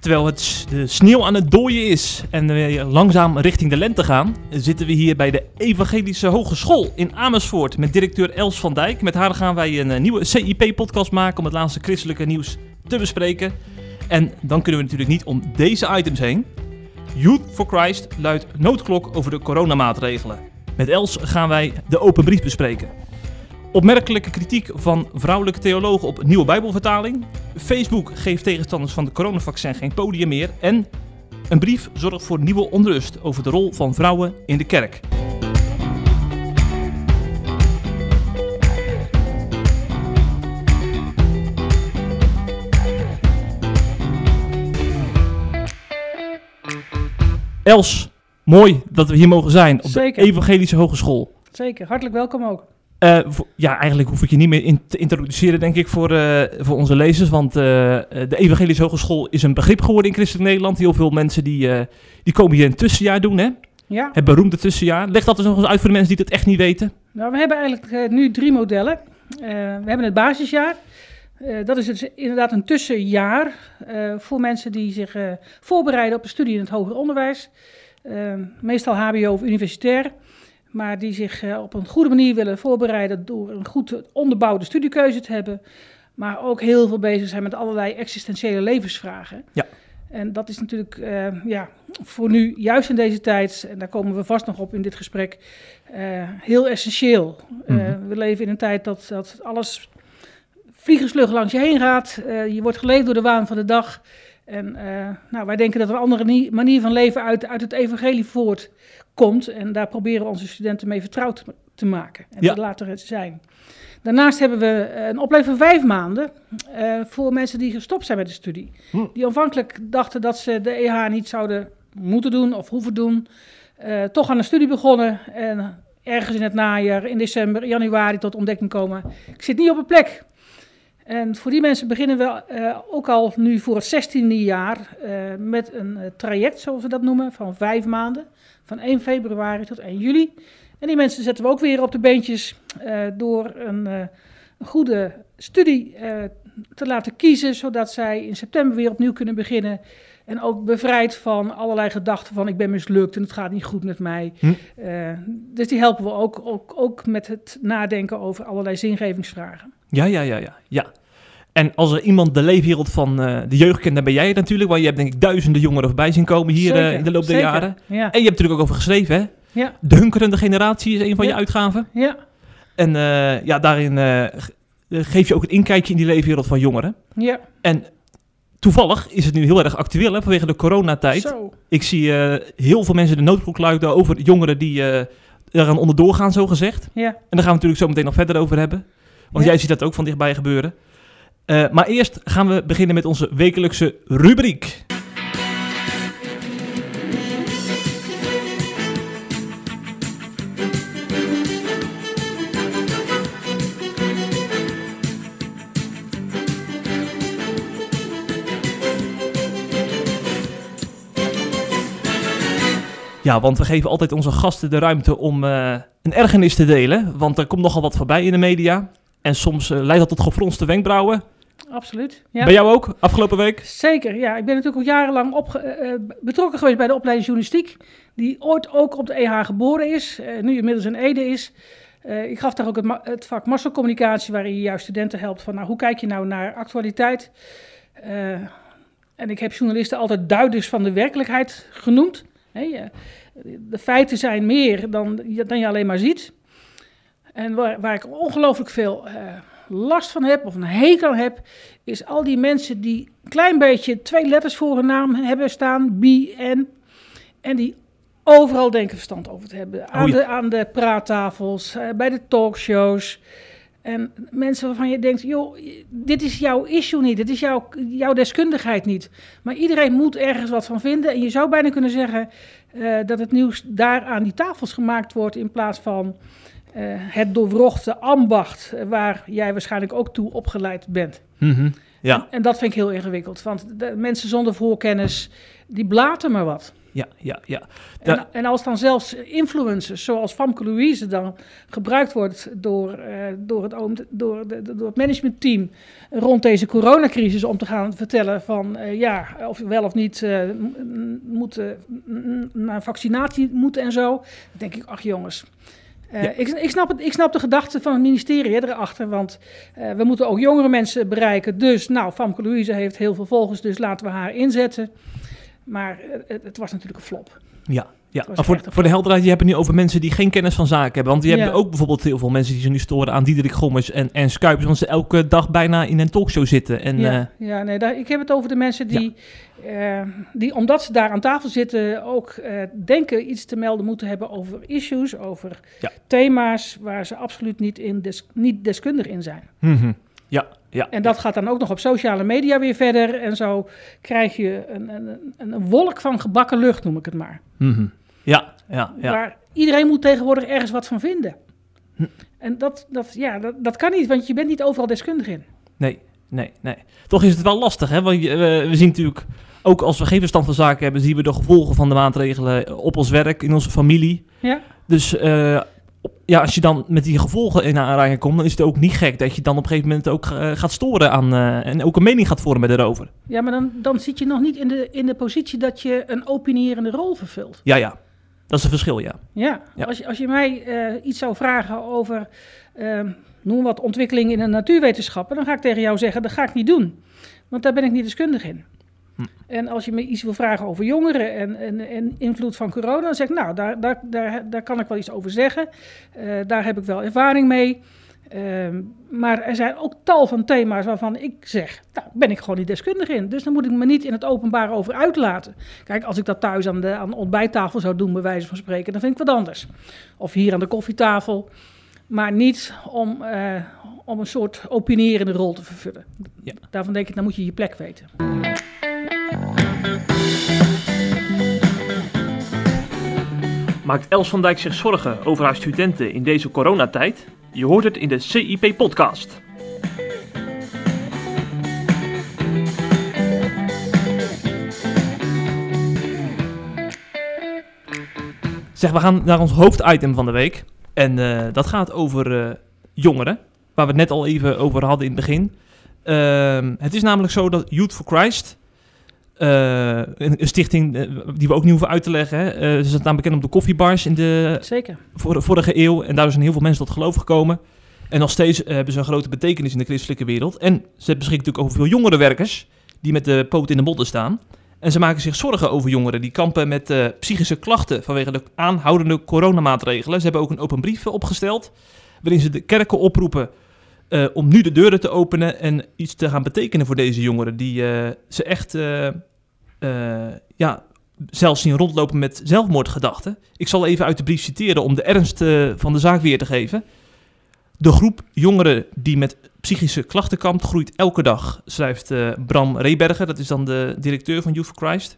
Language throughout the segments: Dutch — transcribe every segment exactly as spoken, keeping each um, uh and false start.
Terwijl het de sneeuw aan het dooien is en we langzaam richting de lente gaan, zitten we hier bij de Evangelische Hogeschool in Amersfoort met directeur Els van Dijk. Met haar gaan wij een nieuwe C I P-podcast maken om het laatste christelijke nieuws te bespreken. En dan kunnen we natuurlijk niet om deze items heen. Youth for Christ luidt noodklok over de coronamaatregelen. Met Els gaan wij de open brief bespreken. Opmerkelijke kritiek van vrouwelijke theologen op nieuwe Bijbelvertaling. Facebook geeft tegenstanders van de coronavaccin geen podium meer. En een brief zorgt voor nieuwe onrust over de rol van vrouwen in de kerk. Els, mooi dat we hier mogen zijn op Zeker. de Evangelische Hogeschool. Zeker, hartelijk welkom ook. Uh, voor, ja, eigenlijk hoef ik je niet meer in te introduceren, denk ik, voor, uh, voor onze lezers. Want uh, de Evangelische Hogeschool is een begrip geworden in christelijk Nederland. Heel veel mensen die, uh, die komen hier een tussenjaar doen, hè? Ja. Het beroemde tussenjaar. Leg dat eens nog eens uit voor de mensen die het echt niet weten. Nou, we hebben eigenlijk uh, nu drie modellen. Uh, we hebben het basisjaar. Uh, dat is dus inderdaad een tussenjaar uh, voor mensen die zich uh, voorbereiden op een studie in het hoger onderwijs. Uh, meestal H B O of universitair. Maar die zich uh, op een goede manier willen voorbereiden door een goed onderbouwde studiekeuze te hebben. Maar ook heel veel bezig zijn met allerlei existentiële levensvragen. Ja. En dat is natuurlijk uh, ja, voor nu, juist in deze tijd, en daar komen we vast nog op in dit gesprek, uh, heel essentieel. Uh, mm-hmm. We leven in een tijd dat, dat alles vliegensvlug langs je heen gaat. Uh, je wordt geleefd door de waan van de dag. En uh, nou, wij denken dat er een andere nie- manier van leven uit, uit het evangelie voortkomt. En daar proberen we onze studenten mee vertrouwd te maken en ja. te laten zijn. Daarnaast hebben we een opleiding van vijf maanden uh, voor mensen die gestopt zijn met de studie. Hm. Die aanvankelijk dachten dat ze de E H niet zouden moeten doen of hoeven doen. Uh, toch aan de studie begonnen en ergens in het najaar, in december, januari tot ontdekking komen. Ik zit niet op een plek. En voor die mensen beginnen we uh, ook al nu voor het zestiende jaar uh, met een uh, traject, zoals we dat noemen, van vijf maanden. Van één februari tot één juli. En die mensen zetten we ook weer op de beentjes uh, door een, uh, een goede studie uh, te laten kiezen, zodat zij in september weer opnieuw kunnen beginnen. En ook bevrijd van allerlei gedachten van ik ben mislukt en het gaat niet goed met mij. Hm. Uh, dus die helpen we ook, ook, ook met het nadenken over allerlei zingevingsvragen. Ja, ja, ja, ja, ja. En als er iemand de leefwereld van uh, de jeugd kent, dan ben jij het natuurlijk. Want je hebt denk ik duizenden jongeren voorbij zien komen hier uh, in de loop der zeker, jaren. Ja. En je hebt natuurlijk ook over geschreven, hè? Ja. De hunkerende generatie is een van ja. je uitgaven. Ja. En uh, ja, daarin uh, geef je ook een inkijkje in die leefwereld van jongeren. Ja. En toevallig is het nu heel erg actueel, hè, vanwege de coronatijd. Zo. Ik zie uh, heel veel mensen de noodklok luiden over jongeren die uh, eraan onderdoor gaan, zo gezegd. Ja. En daar gaan we natuurlijk zo meteen nog verder over hebben. Want ja. jij ziet dat ook van dichtbij gebeuren. Uh, maar eerst gaan we beginnen met onze wekelijkse rubriek. Ja, want we geven altijd onze gasten de ruimte om uh, een ergernis te delen. Want er komt nogal wat voorbij in de media. En soms uh, leidt dat tot gefronste wenkbrauwen. Absoluut. Ja. Bij jou ook, afgelopen week? Zeker, ja. Ik ben natuurlijk ook jarenlang opge- uh, betrokken geweest bij de opleiding journalistiek. Die ooit ook op de E H geboren is. Uh, nu inmiddels in Ede is. Uh, ik gaf daar ook het, ma- het vak massacommunicatie, waarin je juist studenten helpt van, nou, hoe kijk je nou naar actualiteit? Uh, en ik heb journalisten altijd duiders van de werkelijkheid genoemd. Hey, uh, de feiten zijn meer dan, dan je alleen maar ziet. En waar, waar ik ongelooflijk veel uh, last van heb, of een hekel aan heb, is al die mensen die een klein beetje twee letters voor hun naam hebben staan, B, N, en die overal denken verstand over te hebben. Aan, oh ja. de, aan de praattafels, uh, bij de talkshows. En mensen waarvan je denkt, joh, dit is jouw issue niet, dit is jouw, jouw deskundigheid niet. Maar iedereen moet ergens wat van vinden. En je zou bijna kunnen zeggen uh, dat het nieuws daar aan die tafels gemaakt wordt in plaats van uh, het doorwrochte ambacht uh, waar jij waarschijnlijk ook toe opgeleid bent. Mm-hmm. Ja. En, en dat vind ik heel ingewikkeld, want de mensen zonder voorkennis, die blaten maar wat. Ja, ja, ja. En, Da- en als dan zelfs influencers, zoals Famke Louise, dan gebruikt wordt door, uh, door, het, oom- door, de, door het managementteam rond deze coronacrisis om te gaan vertellen van uh, ja, of we wel of niet uh, m- moeten m- naar vaccinatie moeten en zo. Dan denk ik, ach jongens. Uh, Ja. ik, ik, snap het, ik snap de gedachte van het ministerie hè, erachter, want uh, we moeten ook jongere mensen bereiken. Dus, nou, Famke Louise heeft heel veel volgers, dus laten we haar inzetten. Maar uh, het, het was natuurlijk een flop. Ja, ja. was Maar voor, echt een voor de helderheid, je hebt het nu over mensen die geen kennis van zaken hebben. Want je Ja. hebt ook bijvoorbeeld heel veel mensen die zich nu storen aan Diederik Gommers en, en Schuipers, want ze elke dag bijna in een talkshow zitten. En, Ja, eh, ja nee, daar, ik heb het over de mensen die, eh, die omdat ze daar aan tafel zitten, ook eh, denken iets te melden moeten hebben over issues, over Ja. thema's waar ze absoluut niet, in des, niet deskundig in zijn. mhm. Ja, ja. En dat gaat dan ook nog op sociale media weer verder. En zo krijg je een, een, een, een wolk van gebakken lucht, noem ik het maar. Mhm. Ja, ja, ja. Waar iedereen moet tegenwoordig ergens wat van vinden. Hm. En dat, dat, ja, dat, dat kan niet, want je bent niet overal deskundig in. Nee, nee, nee. Toch is het wel lastig, hè? Want je- we, we zien natuurlijk, ook als we geen verstand van zaken hebben, zien we de gevolgen van de maatregelen op ons werk, in onze familie. Ja, Dus eh, op- ja, als je dan met die gevolgen in aanraking komt, dan is het ook niet gek dat je dan op een gegeven moment ook eh, gaat storen aan eh, en ook een mening gaat vormen daarover. ja maar dan, dan zit je nog niet in de, in de positie dat je een opinierende rol vervult. Ja, ja. Dat is een verschil, ja. Ja, Ja. Als, je, als je mij eh, iets zou vragen over, eh, noem wat, ontwikkeling in de natuurwetenschappen, dan ga ik tegen jou zeggen, dat ga ik niet doen. Want daar ben ik niet deskundig in. Hm. En als je me iets wil vragen over jongeren en, en, en invloed van corona, dan zeg ik, nou, daar, daar, daar, daar kan ik wel iets over zeggen. Uh, daar heb ik wel ervaring mee. Uh, maar er zijn ook tal van thema's waarvan ik zeg, daar ben ik gewoon niet deskundig in. Dus dan moet ik me niet in het openbaar over uitlaten. Kijk, als ik dat thuis aan de, aan de ontbijttafel zou doen, bij wijze van spreken, dan vind ik wat anders. Of hier aan de koffietafel. Maar niet om, uh, om een soort opinierende rol te vervullen. Ja. Daarvan denk ik, dan moet je je plek weten. Maakt Els van Dijk zich zorgen over haar studenten in deze coronatijd? Je hoort het in de C I P-podcast. Zeg, we gaan naar ons hoofditem van de week. En uh, dat gaat over uh, jongeren, waar we het net al even over hadden in het begin. Uh, het is namelijk zo dat Youth for Christ, uh, een, een stichting uh, die we ook niet hoeven uit te leggen, hè. Uh, ze zijn namelijk bekend op de koffiebars in de Zeker. vor, vorige eeuw. En daar zijn heel veel mensen tot geloof gekomen. En nog steeds uh, hebben ze een grote betekenis in de christelijke wereld. En ze beschikken natuurlijk over veel jongerenwerkers die met de poot in de modder staan. En ze maken zich zorgen over jongeren die kampen met uh, psychische klachten vanwege de aanhoudende coronamaatregelen. Ze hebben ook een open brief opgesteld waarin ze de kerken oproepen uh, om nu de deuren te openen en iets te gaan betekenen voor deze jongeren die uh, ze echt uh, uh, ja, zelfs zien rondlopen met zelfmoordgedachten. Ik zal even uit de brief citeren om de ernst uh, van de zaak weer te geven. De groep jongeren die met psychische klachten kampt groeit elke dag, schrijft uh, Bram Reberger, dat is dan de directeur van Youth for Christ.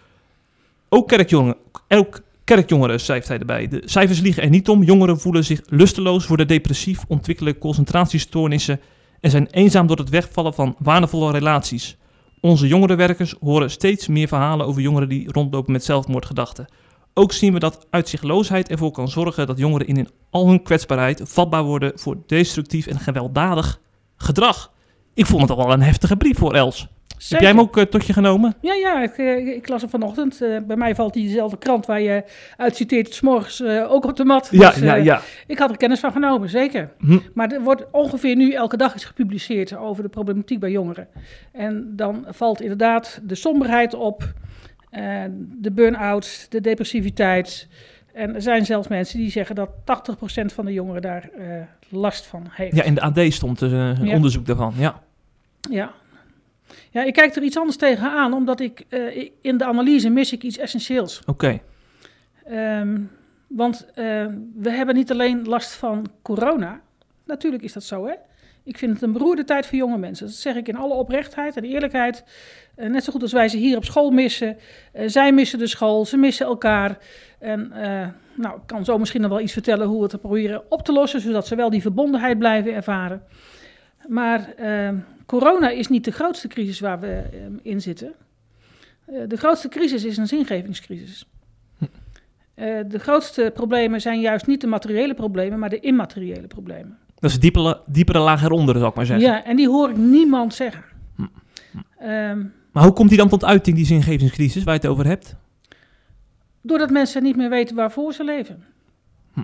Ook kerkjongeren, elk kerkjongeren, schrijft hij erbij. De cijfers liegen er niet om. Jongeren voelen zich lusteloos, worden depressief, ontwikkelen concentratiestoornissen en zijn eenzaam door het wegvallen van waardevolle relaties. Onze jongerenwerkers horen steeds meer verhalen over jongeren die rondlopen met zelfmoordgedachten. Ook zien we dat uitzichtloosheid ervoor kan zorgen dat jongeren in al hun kwetsbaarheid vatbaar worden voor destructief en gewelddadig gedrag. Ik vond het al wel een heftige brief voor Els. Zeker. Heb jij hem ook uh, tot je genomen? Ja, ja ik, uh, ik las hem vanochtend. Uh, bij mij valt diezelfde krant waar je uit citeert 's morgens uh, ook op de mat. Ja, dus, ja, uh, ja. Ik had er kennis van genomen, zeker. Hm. Maar er wordt ongeveer nu elke dag iets gepubliceerd over de problematiek bij jongeren. En dan valt inderdaad de somberheid op, uh, de burn-out, de depressiviteit. En er zijn zelfs mensen die zeggen dat tachtig procent van de jongeren daar uh, last van heeft. Ja, in de A D stond uh, een Ja. onderzoek daarvan, ja. Ja. Ja, ik kijk er iets anders tegenaan, omdat ik uh, in de analyse mis ik iets essentieels. Oké. Okay. Um, want uh, we hebben niet alleen last van corona. Natuurlijk is dat zo, hè. Ik vind het een beroerde tijd voor jonge mensen. Dat zeg ik in alle oprechtheid en eerlijkheid. Uh, net zo goed als wij ze hier op school missen. Uh, zij missen de school, ze missen elkaar. En uh, nou, ik kan zo misschien nog wel iets vertellen hoe we het proberen op te lossen, zodat ze wel die verbondenheid blijven ervaren. Maar uh, corona is niet de grootste crisis waar we uh, in zitten. Uh, de grootste crisis is een zingevingscrisis. Hm. Uh, de grootste problemen zijn juist niet de materiële problemen, maar de immateriële problemen. Dat is een diepere, diepere laag eronder, zou ik maar zeggen. Ja, en die hoor ik niemand zeggen. Hm. Hm. Um, maar hoe komt die dan tot uiting, die zingevingscrisis waar je het over hebt? Doordat mensen niet meer weten waarvoor ze leven. Hm.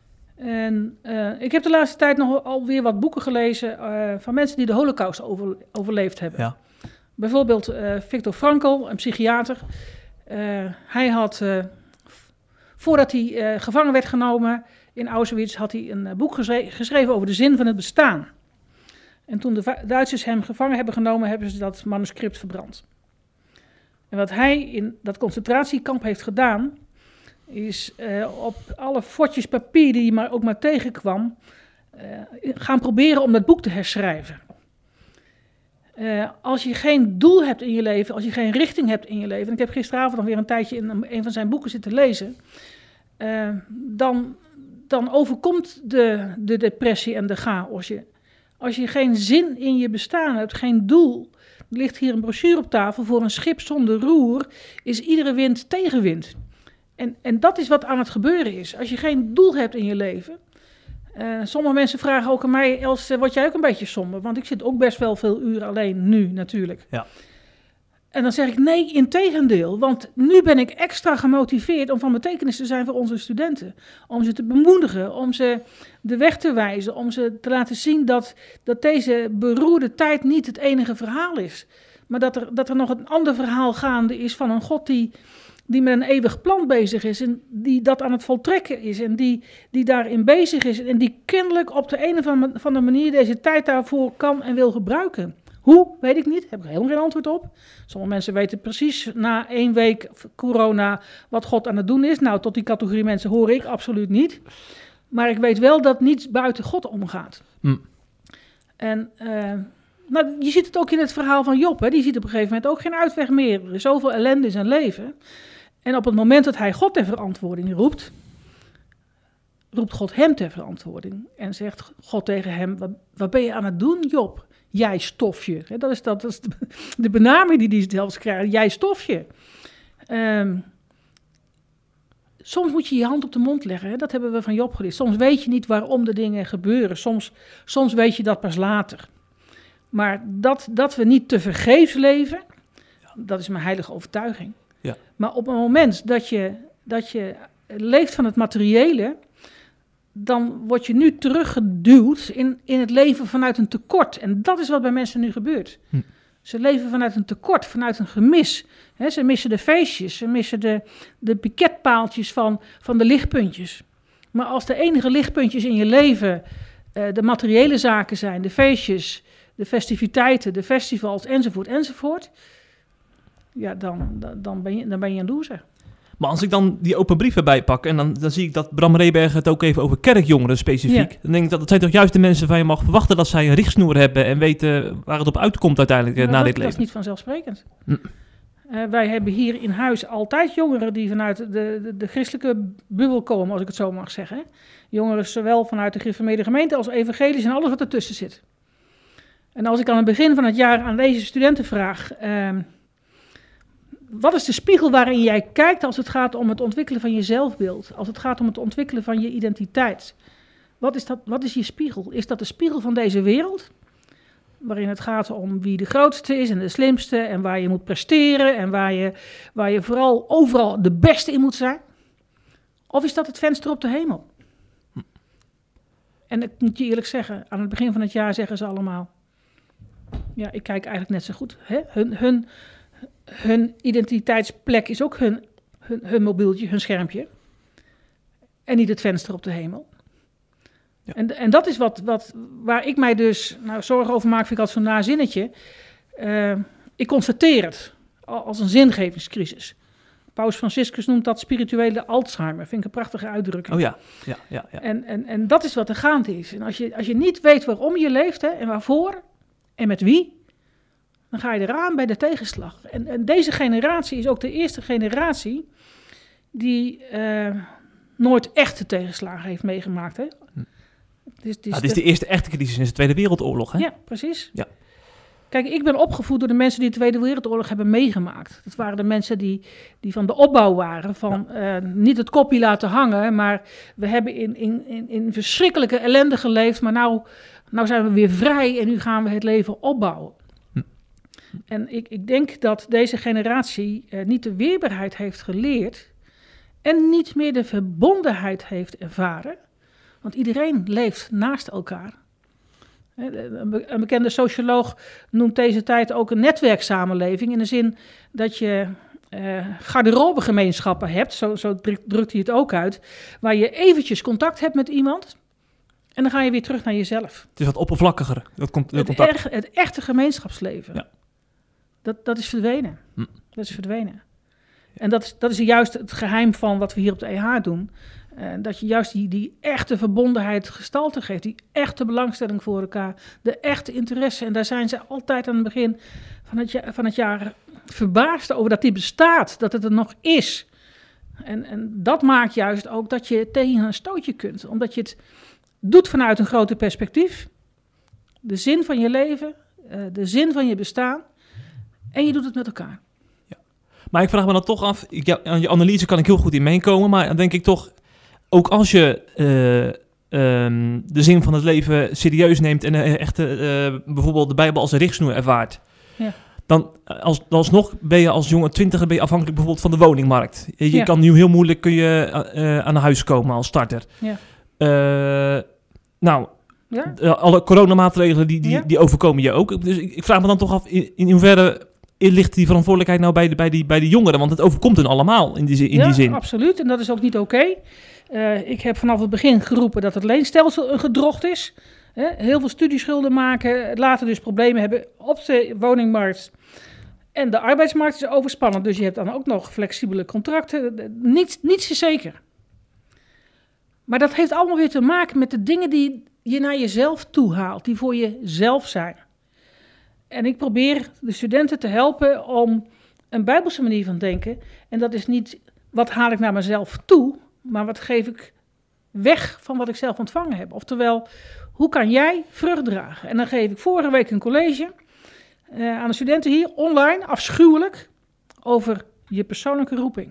En uh, ik heb de laatste tijd nog alweer wat boeken gelezen uh, van mensen die de Holocaust over, overleefd hebben. Ja. Bijvoorbeeld uh, Viktor Frankl, een psychiater. Uh, hij had, uh, voordat hij uh, gevangen werd genomen in Auschwitz, had hij een uh, boek geschre- geschreven over de zin van het bestaan. En toen de va- Duitsers hem gevangen hebben genomen, hebben ze dat manuscript verbrand. En wat hij in dat concentratiekamp heeft gedaan, is uh, op alle vodjes papier die hij maar ook maar tegenkwam, uh, gaan proberen om dat boek te herschrijven. Uh, als je geen doel hebt in je leven, als je geen richting hebt in je leven, en ik heb gisteravond nog weer een tijdje in een, een van zijn boeken zitten lezen, uh, dan, dan overkomt de, de depressie en de chaos je. Als je geen zin in je bestaan hebt, geen doel, er ligt hier een brochure op tafel voor een schip zonder roer, is iedere wind tegenwind. En, en dat is wat aan het gebeuren is. Als je geen doel hebt in je leven. Uh, sommige mensen vragen ook aan mij, Els, uh, word jij ook een beetje somber? Want ik zit ook best wel veel uren alleen nu natuurlijk. Ja. En dan zeg ik, nee, integendeel. Want nu ben ik extra gemotiveerd om van betekenis te zijn voor onze studenten. Om ze te bemoedigen, om ze de weg te wijzen. Om ze te laten zien dat, dat deze beroerde tijd niet het enige verhaal is. Maar dat er, dat er nog een ander verhaal gaande is van een God die... die met een eeuwig plan bezig is en die dat aan het voltrekken is en die, die daarin bezig is en die kennelijk op de een of andere manier deze tijd daarvoor kan en wil gebruiken. Hoe? Weet ik niet. Heb ik helemaal geen antwoord op. Sommige mensen weten precies na één week corona wat God aan het doen is. Nou, tot die categorie mensen hoor ik absoluut niet. Maar ik weet wel dat niets buiten God omgaat. Mm. En... Uh, Nou, je ziet het ook in het verhaal van Job. Hè. Die ziet op een gegeven moment ook geen uitweg meer. Er is zoveel ellende in zijn leven. En op het moment dat hij God ter verantwoording roept, roept God hem ter verantwoording. En zegt God tegen hem, wat, wat ben je aan het doen, Job? Jij stofje. Hè, dat is, dat, dat is de, de benaming die hij zelfs krijgt. Jij stofje. Um, soms moet je je hand op de mond leggen. Hè. Dat hebben we van Job geleerd. Soms weet je niet waarom de dingen gebeuren. Soms, soms weet je dat pas later. Maar dat, dat we niet te vergeefs leven, ja. Dat is mijn heilige overtuiging. Ja. Maar op het moment dat je, dat je leeft van het materiële, dan word je nu teruggeduwd in, in het leven vanuit een tekort. En dat is wat bij mensen nu gebeurt. Hm. Ze leven vanuit een tekort, vanuit een gemis. He, ze missen de feestjes, ze missen de, de piketpaaltjes van, van de lichtpuntjes. Maar als de enige lichtpuntjes in je leven uh, de materiële zaken zijn, de feestjes, de festiviteiten, de festivals, enzovoort, enzovoort, ja, dan, dan, ben, je, dan ben je een loser. Maar als ik dan die open brief erbij pak en dan, dan zie ik dat Bram Reberg het ook even over kerkjongeren specifiek. Ja. Dan denk ik dat het zijn toch juist de mensen van je mag verwachten dat zij een richtsnoer hebben en weten waar het op uitkomt uiteindelijk na dat, dit leven. Dat is niet vanzelfsprekend. Hm. Uh, wij hebben hier in huis altijd jongeren die vanuit de, de, de christelijke bubbel komen, als ik het zo mag zeggen. Jongeren zowel vanuit de gereformeerde gemeente als evangelisch en alles wat ertussen zit. En als ik aan het begin van het jaar aan deze studenten vraag, uh, wat is de spiegel waarin jij kijkt als het gaat om het ontwikkelen van je zelfbeeld? Als het gaat om het ontwikkelen van je identiteit? Wat is dat, wat is je spiegel? Is dat de spiegel van deze wereld? Waarin het gaat om wie de grootste is en de slimste en waar je moet presteren en waar je, waar je vooral overal de beste in moet zijn? Of is dat het venster op de hemel? En ik moet je eerlijk zeggen, aan het begin van het jaar zeggen ze allemaal, ja, ik kijk eigenlijk net zo goed. Hè? Hun, hun, hun identiteitsplek is ook hun, hun, hun mobieltje, hun schermpje. En niet het venster op de hemel. Ja. En, en dat is wat, wat, waar ik mij dus nou, zorgen over maak, vind ik altijd zo'n nazinnetje. Uh, ik constateer het als een zingevingscrisis. Paus Franciscus noemt dat spirituele Alzheimer. Vind ik een prachtige uitdrukking. Oh ja, ja, ja. ja. En, en, en dat is wat er gaande is. En als je, als je niet weet waarom je leeft, hè, en waarvoor en met wie, dan ga je eraan bij de tegenslag. En, en deze generatie is ook de eerste generatie die uh, nooit echte tegenslagen heeft meegemaakt. Hè? Hm. Het is, het is, ja, het is de, de eerste echte crisis sinds de Tweede Wereldoorlog. Hè? Ja, precies. Ja. Kijk, ik ben opgevoed door de mensen die de Tweede Wereldoorlog hebben meegemaakt. Dat waren de mensen die, die van de opbouw waren. Van ja. uh, niet het kopje laten hangen, maar we hebben in, in, in, in verschrikkelijke ellende geleefd. Maar nou, nou zijn we weer vrij en nu gaan we het leven opbouwen. Hm. En ik, ik denk dat deze generatie uh, niet de weerbaarheid heeft geleerd en niet meer de verbondenheid heeft ervaren. Want iedereen leeft naast elkaar. Een bekende socioloog noemt deze tijd ook een netwerksamenleving. In de zin dat je uh, garderobegemeenschappen hebt, zo, zo drukt hij het ook uit. Waar je eventjes contact hebt met iemand en dan ga je weer terug naar jezelf. Het is wat oppervlakkiger, dat contact. Het, erg, het echte gemeenschapsleven, ja. dat, dat is verdwenen. Hm. Dat is verdwenen. En dat is, dat is juist het geheim van wat we hier op de E H doen. Uh, dat je juist die, die echte verbondenheid gestalte geeft. Die echte belangstelling voor elkaar. De echte interesse. En daar zijn ze altijd aan het begin van het, ja, van het jaar verbaasd over dat die bestaat. Dat het er nog is. En, en dat maakt juist ook dat je tegen een stootje kunt. Omdat je het doet vanuit een groter perspectief. De zin van je leven. Uh, de zin van je bestaan. En je doet het met elkaar. Ja. Maar ik vraag me dan toch af. Ik, ja, aan je analyse kan ik heel goed in meekomen. Maar dan denk ik toch. Ook als je uh, um, de zin van het leven serieus neemt en uh, echt uh, bijvoorbeeld de Bijbel als een richtsnoer ervaart, ja. dan als, alsnog ben je als jonge twintiger ben je afhankelijk bijvoorbeeld van de woningmarkt. Je, je ja. kan nu heel moeilijk kun je, uh, aan een huis komen als starter. Ja. Uh, nou, ja? uh, alle coronamaatregelen die, die, ja. die overkomen je ook. Dus ik, ik vraag me dan toch af in, in hoeverre ligt die verantwoordelijkheid nou bij de, bij die, bij die jongeren? Want het overkomt hen allemaal in die, in ja, die zin. Ja, absoluut. En dat is ook niet oké. Okay. Uh, ik heb vanaf het begin geroepen dat het leenstelsel een gedrocht is. He, heel veel studieschulden maken, later dus problemen hebben op de woningmarkt. En de arbeidsmarkt is overspannen, dus je hebt dan ook nog flexibele contracten. Niets, niets is zeker. Maar dat heeft allemaal weer te maken met de dingen die je naar jezelf toe haalt, die voor jezelf zijn. En ik probeer de studenten te helpen om een Bijbelse manier van denken. En dat is niet wat haal ik naar mezelf toe, maar wat geef ik weg van wat ik zelf ontvangen heb. Oftewel, hoe kan jij vrucht dragen? En dan geef ik vorige week een college uh, aan de studenten hier, online, afschuwelijk, over je persoonlijke roeping.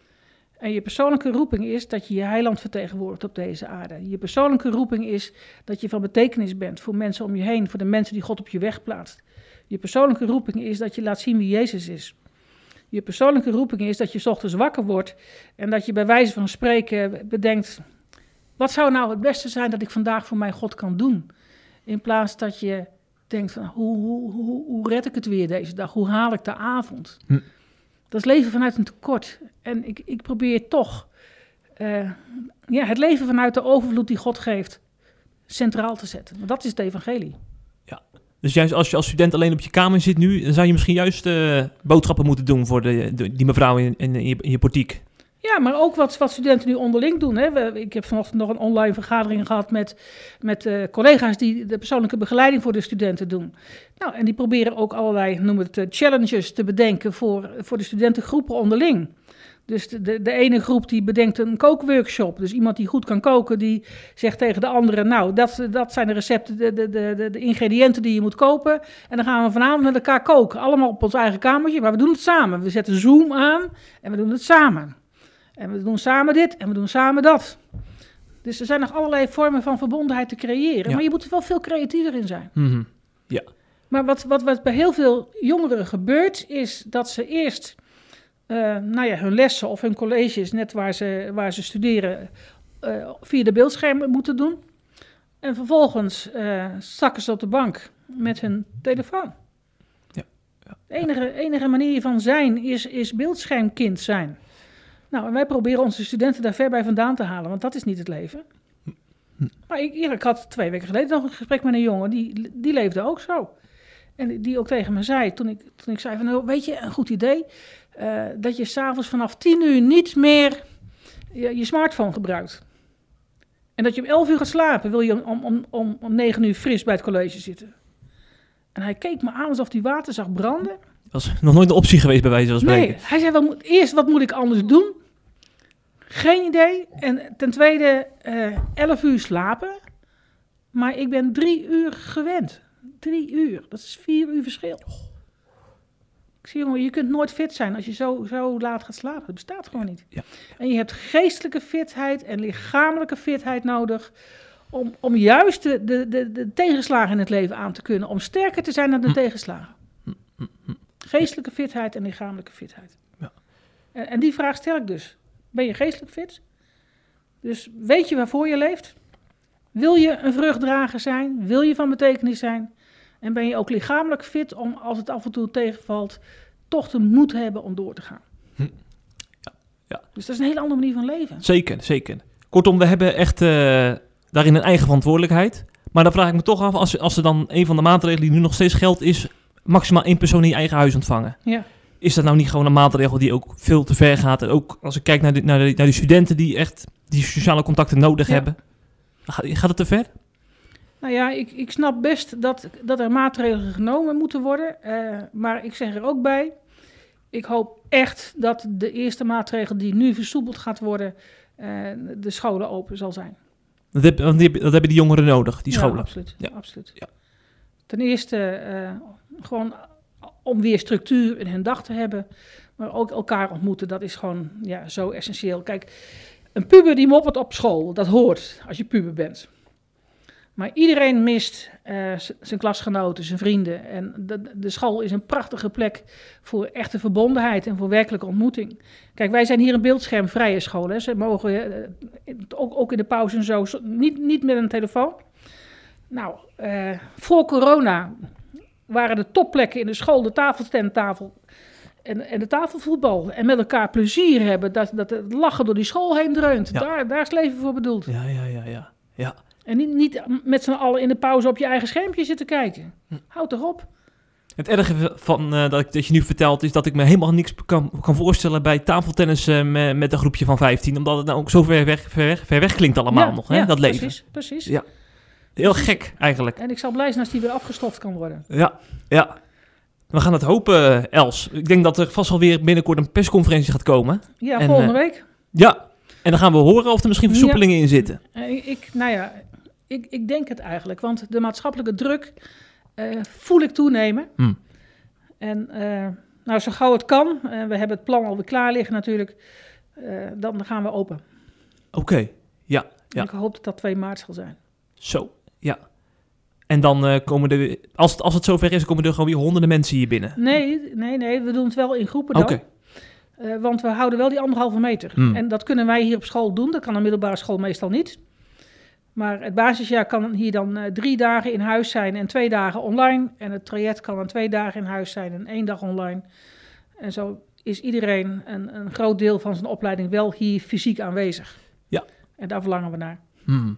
En je persoonlijke roeping is dat je je heiland vertegenwoordigt op deze aarde. Je persoonlijke roeping is dat je van betekenis bent voor mensen om je heen, voor de mensen die God op je weg plaatst. Je persoonlijke roeping is dat je laat zien wie Jezus is. Je persoonlijke roeping is dat je 's ochtends wakker wordt en dat je bij wijze van spreken bedenkt, wat zou nou het beste zijn dat ik vandaag voor mijn God kan doen? In plaats dat je denkt, van, hoe, hoe, hoe, hoe red ik het weer deze dag? Hoe haal ik de avond? Hm. Dat is leven vanuit een tekort. En ik, ik probeer toch uh, ja, het leven vanuit de overvloed die God geeft centraal te zetten. Want dat is het evangelie. Ja. Dus juist als je als student alleen op je kamer zit nu, dan zou je misschien juist uh, boodschappen moeten doen voor de, de, die mevrouw in, in, in, je, in je portiek. Ja, maar ook wat, wat studenten nu onderling doen. Hè. We, ik heb vanochtend nog een online vergadering gehad met, met uh, collega's die de persoonlijke begeleiding voor de studenten doen. Nou, en die proberen ook allerlei, noem het, uh, challenges te bedenken voor, voor de studentengroepen onderling. Dus de, de, de ene groep die bedenkt een kookworkshop. Dus iemand die goed kan koken, die zegt tegen de andere, nou, dat, dat zijn de recepten, de, de, de, de ingrediënten die je moet kopen. En dan gaan we vanavond met elkaar koken. Allemaal op ons eigen kamertje, maar we doen het samen. We zetten Zoom aan en we doen het samen. En we doen samen dit en we doen samen dat. Dus er zijn nog allerlei vormen van verbondenheid te creëren. Ja. Maar je moet er wel veel creatiever in zijn. Mm-hmm. Ja. Maar wat, wat, wat bij heel veel jongeren gebeurt, is dat ze eerst uh, nou ja, hun lessen of hun colleges, net waar ze, waar ze studeren, uh, via de beeldschermen moeten doen. En vervolgens uh, zakken ze op de bank met hun telefoon. Ja. Ja. De enige, enige manier van zijn is, is beeldschermkind zijn. Nou, en wij proberen onze studenten daar ver bij vandaan te halen, want dat is niet het leven. Maar ik, ik had twee weken geleden nog een gesprek met een jongen, die, die leefde ook zo. En die ook tegen me zei, toen ik, toen ik zei van, nou, weet je, een goed idee, uh, dat je s'avonds vanaf tien uur niet meer je, je smartphone gebruikt. En dat je om elf uur gaat slapen, wil je om, om, om, om negen uur fris bij het college zitten. En hij keek me aan alsof hij water zag branden. Dat was nog nooit een optie geweest bij wijze van spreken. Nee, hij zei, wel, eerst, wat moet ik anders doen? Geen idee. En ten tweede, uh, elf uur slapen. Maar ik ben drie uur gewend. Drie uur. Dat is vier uur verschil. Ik zie, jongen, je kunt nooit fit zijn als je zo, zo laat gaat slapen. Dat bestaat gewoon niet. Ja. En je hebt geestelijke fitheid en lichamelijke fitheid nodig om, om juist de, de, de, de tegenslagen in het leven aan te kunnen. Om sterker te zijn dan de hm. tegenslagen. Hm, hm, hm. Geestelijke fitheid en lichamelijke fitheid. Ja. En, en die vraag stel ik dus. Ben je geestelijk fit? Dus weet je waarvoor je leeft? Wil je een vruchtdrager zijn? Wil je van betekenis zijn? En ben je ook lichamelijk fit om, als het af en toe tegenvalt, toch de moed hebben om door te gaan? Hm. Ja, ja. Dus dat is een hele andere manier van leven. Zeker, zeker. Kortom, we hebben echt uh, daarin een eigen verantwoordelijkheid. Maar dan vraag ik me toch af, als, als er dan een van de maatregelen die nu nog steeds geldt is, maximaal één persoon in je eigen huis ontvangen. Ja. Is dat nou niet gewoon een maatregel die ook veel te ver gaat? En ook als ik kijk naar de, naar de, naar de studenten die echt die sociale contacten nodig ja. hebben. Gaat, gaat het te ver? Nou ja, ik, ik snap best dat, dat er maatregelen genomen moeten worden. Uh, maar ik zeg er ook bij, ik hoop echt dat de eerste maatregel die nu versoepeld gaat worden, uh, de scholen open zal zijn. Dat, heb, dat hebben die jongeren nodig, die scholen? Ja, absoluut. Ja. absoluut. Ja. Ten eerste uh, gewoon om weer structuur in hun dag te hebben, maar ook elkaar ontmoeten, dat is gewoon ja, zo essentieel. Kijk, een puber die moppert op school, dat hoort als je puber bent. Maar iedereen mist uh, z- zijn klasgenoten, zijn vrienden. En de, de school is een prachtige plek voor echte verbondenheid en voor werkelijke ontmoeting. Kijk, wij zijn hier een beeldschermvrije school. Hè. Ze mogen uh, ook, ook in de pauze en zo, niet, niet met een telefoon. Nou, uh, voor corona waren de topplekken in de school de tafeltenttafel en, en de tafelvoetbal. En met elkaar plezier hebben, dat, dat het lachen door die school heen dreunt. Ja. Daar, daar is het leven voor bedoeld. Ja, ja, ja, ja. ja. En niet, niet met z'n allen in de pauze op je eigen schermpje zitten kijken. Hm. Houd toch op. Het erge van uh, dat, ik, dat je nu vertelt is dat ik me helemaal niks kan, kan voorstellen bij tafeltennis uh, met, met een groepje van vijftien. Omdat het nou ook zo ver weg, ver weg, ver weg klinkt allemaal ja, nog, hè, ja, dat leven. Precies, precies. Ja. Heel gek eigenlijk. En ik zal blij zijn als die weer afgestoft kan worden. Ja, ja. We gaan het hopen, Els. Ik denk dat er vast wel weer binnenkort een persconferentie gaat komen. Ja, en, volgende uh, week. Ja, en dan gaan we horen of er misschien versoepelingen ja. in zitten. Uh, ik, nou ja, ik, ik denk het eigenlijk. Want de maatschappelijke druk uh, voel ik toenemen. Hmm. En uh, nou, zo gauw het kan, uh, we hebben het plan alweer klaar liggen natuurlijk, uh, dan gaan we open. Oké, okay. ja, ja. Ik hoop dat dat twee maart zal zijn. Zo, ja. En dan uh, komen er, als het, als het zover is, komen er gewoon weer honderden mensen hier binnen? Nee, nee, nee, we doen het wel in groepen dan. Oké. Okay. Uh, want we houden wel die anderhalve meter. Hmm. En dat kunnen wij hier op school doen, dat kan een middelbare school meestal niet. Maar het basisjaar kan hier dan uh, drie dagen in huis zijn en twee dagen online. En het traject kan dan twee dagen in huis zijn en één dag online. En zo is iedereen, een, een groot deel van zijn opleiding, wel hier fysiek aanwezig. Ja. En daar verlangen we naar. Hmm.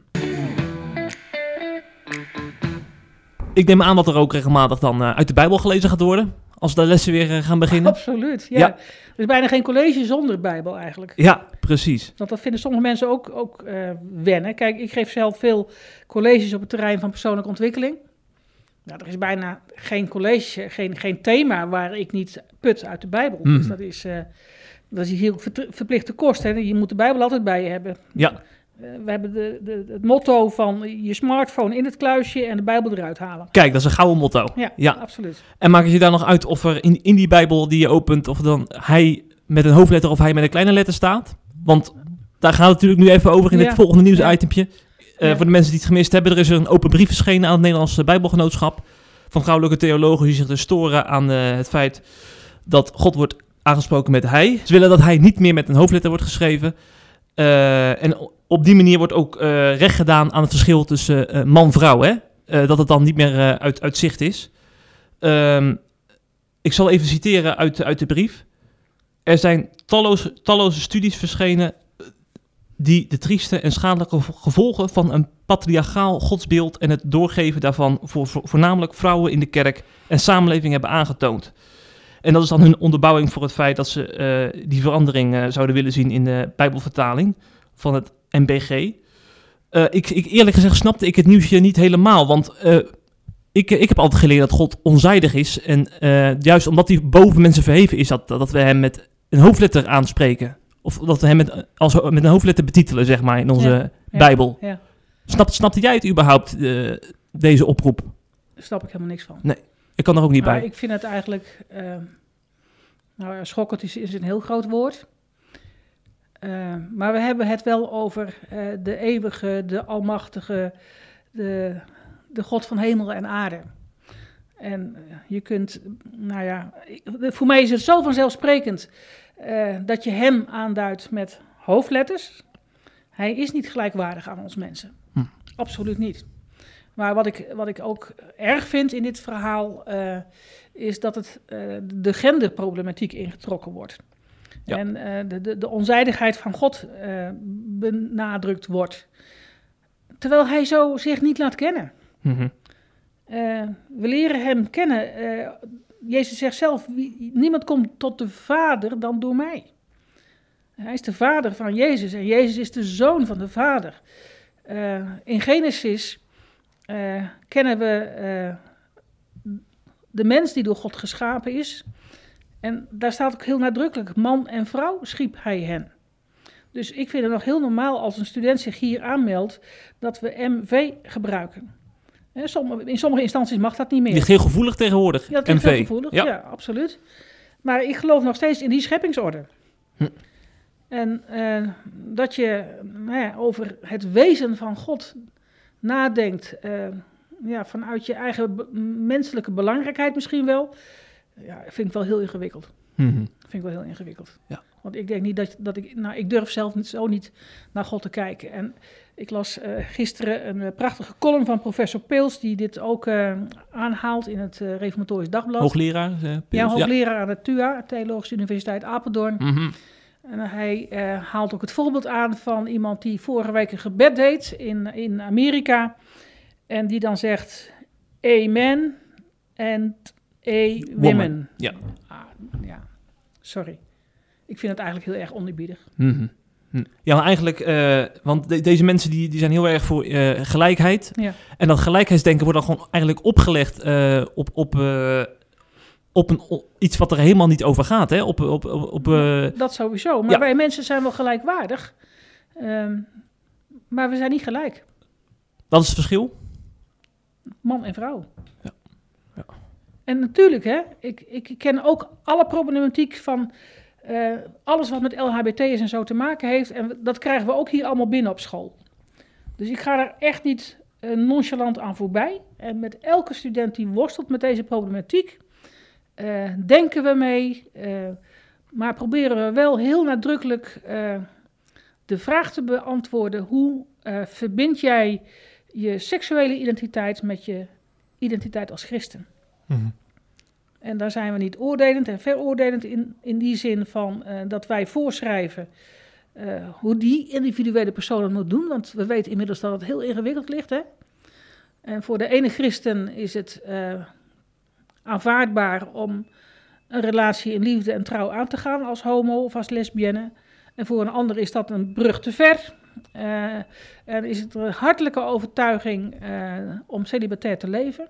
Ik neem aan dat er ook regelmatig dan uh, uit de Bijbel gelezen gaat worden, als de lessen weer uh, gaan beginnen. Absoluut, ja. ja. Er is bijna geen college zonder Bijbel eigenlijk. Ja, precies. Want dat vinden sommige mensen ook, ook uh, wennen. Kijk, ik geef zelf veel colleges op het terrein van persoonlijke ontwikkeling. Nou, er is bijna geen college, geen, geen thema waar ik niet put uit de Bijbel. Mm. Dus dat is, uh, dat is hier verplichte kost. Hè. Je moet de Bijbel altijd bij je hebben. Ja. Uh, we hebben de, de, het motto van je smartphone in het kluisje en de Bijbel eruit halen. Kijk, dat is een gouden motto. Ja, ja. absoluut. En maak je daar nog uit of er in, in die Bijbel die je opent, of dan hij met een hoofdletter of hij met een kleine letter staat? Want daar gaat het natuurlijk nu even over in ja. het volgende nieuwsitempje. Uh, ja. Voor de mensen die het gemist hebben, er is er een open brief verschenen aan het Nederlandse Bijbelgenootschap van vrouwelijke theologen die zich dus storen aan uh, het feit dat God wordt aangesproken met hij. Ze willen dat hij niet meer met een hoofdletter wordt geschreven. Uh, en op die manier wordt ook uh, recht gedaan aan het verschil tussen uh, man-vrouw, hè? Uh, dat het dan niet meer uh, uit, uit zicht is. Um, ik zal even citeren uit, uit de brief. Er zijn talloze, talloze studies verschenen die de trieste en schadelijke gevolgen van een patriarchaal godsbeeld en het doorgeven daarvan voor, voor voornamelijk vrouwen in de kerk en samenleving hebben aangetoond. En dat is dan hun onderbouwing voor het feit dat ze uh, die verandering uh, zouden willen zien in de Bijbelvertaling van het M B G. Uh, ik, ik eerlijk gezegd snapte ik het nieuwsje niet helemaal, want uh, ik, ik heb altijd geleerd dat God onzijdig is. En uh, juist omdat hij boven mensen verheven is, dat, dat we hem met een hoofdletter aanspreken. Of dat we hem met, als, met een hoofdletter betitelen, zeg maar, in onze ja, Bijbel. Ja, ja. Snap, snapte jij het überhaupt, uh, deze oproep? snap ik helemaal niks van. Nee, ik kan er ook niet maar bij. Ik vind het eigenlijk... Uh, nou ja, schokkend is, is een heel groot woord. Uh, maar we hebben het wel over uh, de eeuwige, de almachtige, de, de God van hemel en aarde. En uh, je kunt, nou ja, voor mij is het zo vanzelfsprekend uh, dat je hem aanduidt met hoofdletters. Hij is niet gelijkwaardig aan ons mensen. Hm. Absoluut niet. Maar wat ik, wat ik ook erg vind in dit verhaal uh, is dat het uh, de genderproblematiek ingetrokken wordt. Ja. En uh, de, de, de onzijdigheid van God uh, benadrukt wordt. Terwijl hij zo zich niet laat kennen. Mm-hmm. Uh, we leren hem kennen. Uh, Jezus zegt zelf, wie, niemand komt tot de Vader dan door mij. Hij is de Vader van Jezus en Jezus is de Zoon van de Vader. Uh, in Genesis uh, kennen we uh, de mens die door God geschapen is. En daar staat ook heel nadrukkelijk, man en vrouw schiep hij hen. Dus ik vind het nog heel normaal als een student zich hier aanmeldt, dat we M V gebruiken. In sommige instanties mag dat niet meer. Ligt heel gevoelig tegenwoordig, ja, het M V. Heel gevoelig, ja. ja, absoluut. Maar ik geloof nog steeds in die scheppingsorde. Hm. En uh, dat je nou ja, over het wezen van God nadenkt, uh, ja, vanuit je eigen be- menselijke belangrijkheid misschien wel, ja, vind ik wel heel ingewikkeld. Mm-hmm. Vind ik wel heel ingewikkeld. Ja. Want ik denk niet dat, dat ik, nou, ik durf zelf niet, zo niet naar God te kijken. En ik las uh, gisteren een uh, prachtige column van professor Peels, die dit ook uh, aanhaalt in het uh, Reformatorisch Dagblad. Hoogleraar? Uh, Peels, ja, hoogleraar ja. aan de T U A, Theologische Universiteit Apeldoorn. Mm-hmm. En hij uh, haalt ook het voorbeeld aan van iemand die vorige week een gebed deed in, in Amerika. En die dan zegt, amen and a women. Ja. Ah, ja, sorry. Ik vind het eigenlijk heel erg oneerbiedig. Mm-hmm. Ja, maar eigenlijk, uh, want de, deze mensen die, die zijn heel erg voor uh, gelijkheid. Ja. En dat gelijkheidsdenken wordt dan gewoon eigenlijk opgelegd uh, op, op, uh, op, een, op iets wat er helemaal niet over gaat. Hè? Op, op, op, op, uh... Dat sowieso, maar ja. wij mensen zijn wel gelijkwaardig. Um, maar we zijn niet gelijk. Wat is het verschil? Man en vrouw. Ja. Ja. En natuurlijk, hè, ik, ik ken ook alle problematiek van uh, alles wat met L H B T'ers en zo te maken heeft. En dat krijgen we ook hier allemaal binnen op school. Dus ik ga er echt niet uh, nonchalant aan voorbij. En met elke student die worstelt met deze problematiek, uh, denken we mee. Uh, maar proberen we wel heel nadrukkelijk uh, de vraag te beantwoorden: hoe uh, verbind jij je seksuele identiteit met je identiteit als christen? Mm-hmm. En daar zijn we niet oordelend en veroordelend in, in die zin van uh, dat wij voorschrijven uh, hoe die individuele persoon het moet doen. Want we weten inmiddels dat het heel ingewikkeld ligt. Hè? En voor de ene christen is het uh, aanvaardbaar om een relatie in liefde en trouw aan te gaan als homo of als lesbienne. En voor een ander is dat een brug te ver. Uh, en is het een hartelijke overtuiging uh, om celibatair te leven.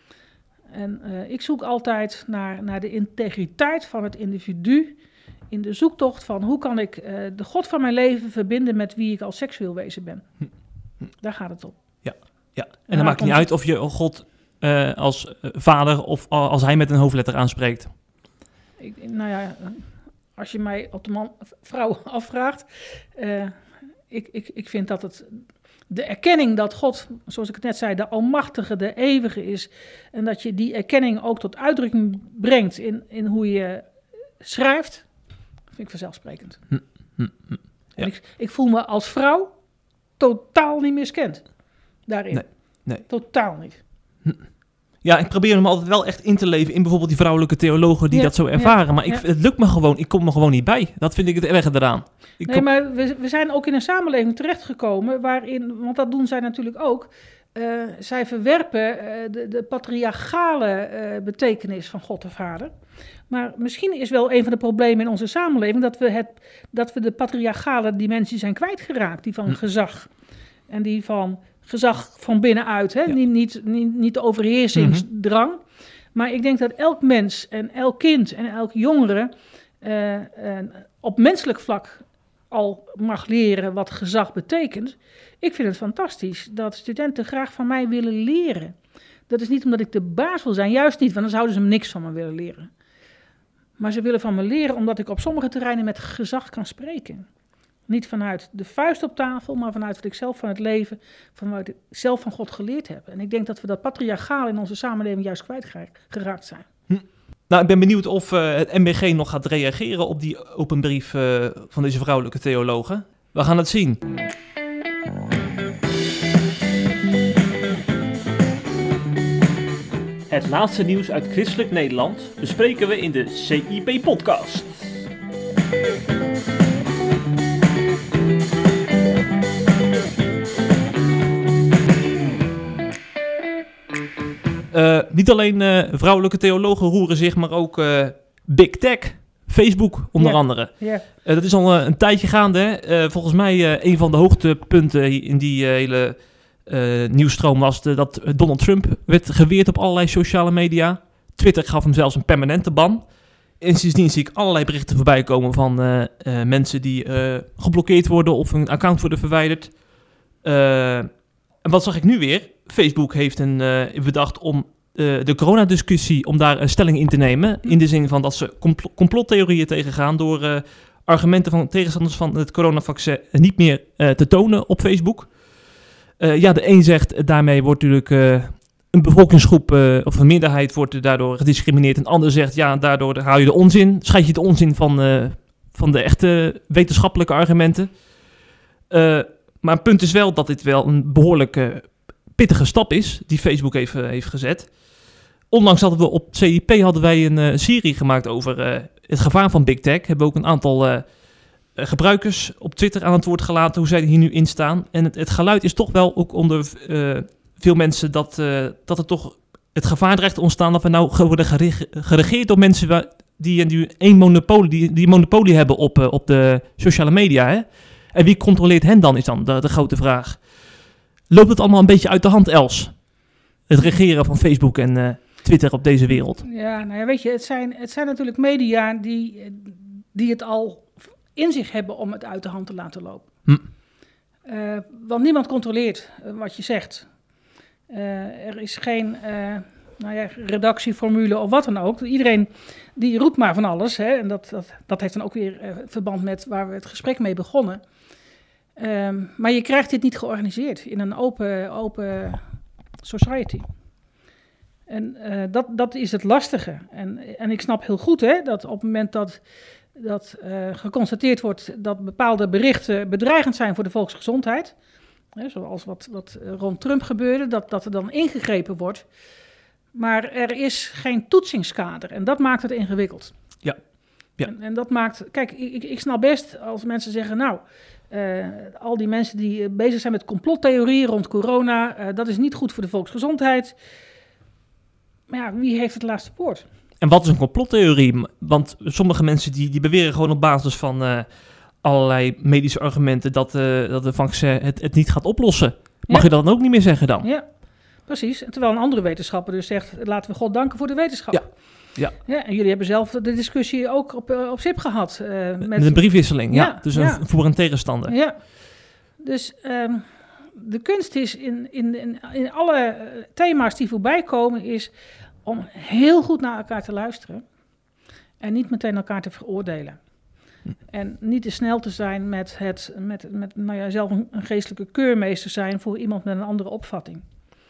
En uh, ik zoek altijd naar, naar de integriteit van het individu in de zoektocht van hoe kan ik uh, de God van mijn leven verbinden met wie ik als seksueel wezen ben. Daar gaat het om. Ja, ja. en, en dan maakt het niet uit of je God uh, als uh, vader of uh, als hij met een hoofdletter aanspreekt. Ik, nou ja, als je mij op de man, vrouw afvraagt, uh, ik, ik, ik vind dat het... De erkenning dat God, zoals ik het net zei, de almachtige, de eeuwige is. En dat je die erkenning ook tot uitdrukking brengt in, in hoe je schrijft, vind ik vanzelfsprekend. Hm, hm, hm. Ja. Ik, ik voel me als vrouw totaal niet miskend daarin. Nee, nee. Totaal niet. Hm. Ja, ik probeer hem altijd wel echt in te leven in bijvoorbeeld die vrouwelijke theologen die ja, dat zo ervaren. Ja, maar ik, ja. het lukt me gewoon, ik kom me gewoon niet bij. Dat vind ik het erge eraan. Ik nee, kom... maar we, we zijn ook in een samenleving terechtgekomen waarin, want dat doen zij natuurlijk ook, uh, zij verwerpen uh, de, de patriarchale uh, betekenis van God de Vader. Maar misschien is wel een van de problemen in onze samenleving dat we, het, dat we de patriarchale dimensie zijn kwijtgeraakt. Die van hm. gezag en die van... gezag van binnenuit, hè? Ja. Niet, niet, niet, niet de overheersingsdrang. Mm-hmm. Maar ik denk dat elk mens en elk kind en elk jongere uh, uh, op menselijk vlak al mag leren wat gezag betekent. Ik vind het fantastisch dat studenten graag van mij willen leren Dat is niet omdat ik de baas wil zijn, juist niet, want dan zouden ze niks van me willen leren. Maar ze willen van me leren omdat ik op sommige terreinen met gezag kan spreken. Niet vanuit de vuist op tafel, maar vanuit wat ik zelf van het leven, vanuit wat ik zelf van God geleerd heb. En ik denk dat we dat patriarchaal in onze samenleving juist kwijtgeraakt zijn. Hm. Nou, ik ben benieuwd of uh, het M B G nog gaat reageren op die open brief uh, van deze vrouwelijke theologen. We gaan het zien. Het laatste nieuws uit Christelijk Nederland bespreken we in de C I P-podcast. Uh, niet alleen uh, vrouwelijke theologen roeren zich, maar ook uh, Big Tech, Facebook onder yeah. andere. Yeah. Uh, dat is al uh, een tijdje gaande. Hè? Uh, volgens mij uh, een van de hoogtepunten in die uh, hele uh, nieuwsstroom was de, dat Donald Trump werd geweerd op allerlei sociale media. Twitter gaf hem zelfs een permanente ban. En sindsdien zie ik allerlei berichten voorbij komen van uh, uh, mensen die uh, geblokkeerd worden of hun account worden verwijderd. Uh, en wat zag ik nu weer? Facebook heeft een, uh, bedacht om uh, de coronadiscussie, om daar een stelling in te nemen. In de zin van dat ze compl- complottheorieën tegengaan door uh, argumenten van tegenstanders van het coronavaccin niet meer uh, te tonen op Facebook. Uh, ja, de een zegt daarmee wordt natuurlijk uh, een bevolkingsgroep uh, of een meerderheid wordt daardoor gediscrimineerd. En de ander zegt ja, daardoor haal je de onzin, scheid je de onzin van, uh, van de echte wetenschappelijke argumenten. Uh, maar een punt is wel dat dit wel een behoorlijk uh, pittige stap is die Facebook heeft, uh, heeft gezet. Onlangs hadden we op C I P hadden wij een uh, serie gemaakt over uh, het gevaar van Big Tech. Hebben we ook een aantal uh, gebruikers op Twitter aan het woord gelaten hoe zij er hier nu in staan. En het, het geluid is toch wel ook onder uh, veel mensen dat, uh, dat er toch het gevaar dreigt te ontstaan dat we nou worden gerege- geregeerd door mensen waar, die, die een monopolie, die, die monopolie hebben op, uh, op de sociale media. Hè? En wie controleert hen dan, is dan de, de grote vraag. Loopt het allemaal een beetje uit de hand, Els? Het regeren van Facebook en uh, Twitter op deze wereld. Ja, nou ja, weet je, het zijn, het zijn natuurlijk media die, die het al in zich hebben om het uit de hand te laten lopen. Hm. Uh, want niemand controleert uh, wat je zegt. Uh, er is geen uh, nou ja, redactieformule of wat dan ook. Iedereen die roept maar van alles. Hè, en dat, dat, dat heeft dan ook weer uh, verband met waar we het gesprek mee begonnen. Um, maar je krijgt dit niet georganiseerd in een open, open society. En uh, dat, dat is het lastige. En, en ik snap heel goed hè, dat op het moment dat, dat uh, geconstateerd wordt dat bepaalde berichten bedreigend zijn voor de volksgezondheid, hè, zoals wat, wat rond Trump gebeurde, dat, dat er dan ingegrepen wordt. Maar er is geen toetsingskader en dat maakt het ingewikkeld. Ja. Ja. En, en dat maakt, kijk, ik, ik snap best als mensen zeggen, nou, uh, al die mensen die uh, bezig zijn met complottheorieën rond corona, uh, dat is niet goed voor de volksgezondheid. Maar ja, wie heeft het laatste woord? En wat is een complottheorie? Want sommige mensen die, die beweren gewoon op basis van uh, allerlei medische argumenten dat, uh, dat de vaccin het, het niet gaat oplossen. Mag ja. je dat dan ook niet meer zeggen dan? Ja, precies. En terwijl een andere wetenschapper dus zegt, laten we God danken voor de wetenschap. Ja. Ja. Ja, en jullie hebben zelf de discussie ook op, uh, op S I P gehad. Uh, met... met een briefwisseling, ja. ja dus een ja. voor- en tegenstander. Ja. Dus um, de kunst is in, in, in, in alle thema's die voorbij komen, is om heel goed naar elkaar te luisteren en niet meteen elkaar te veroordelen. Hm. En niet te snel te zijn met, het, met, met nou ja, zelf een, een geestelijke keurmeester zijn voor iemand met een andere opvatting.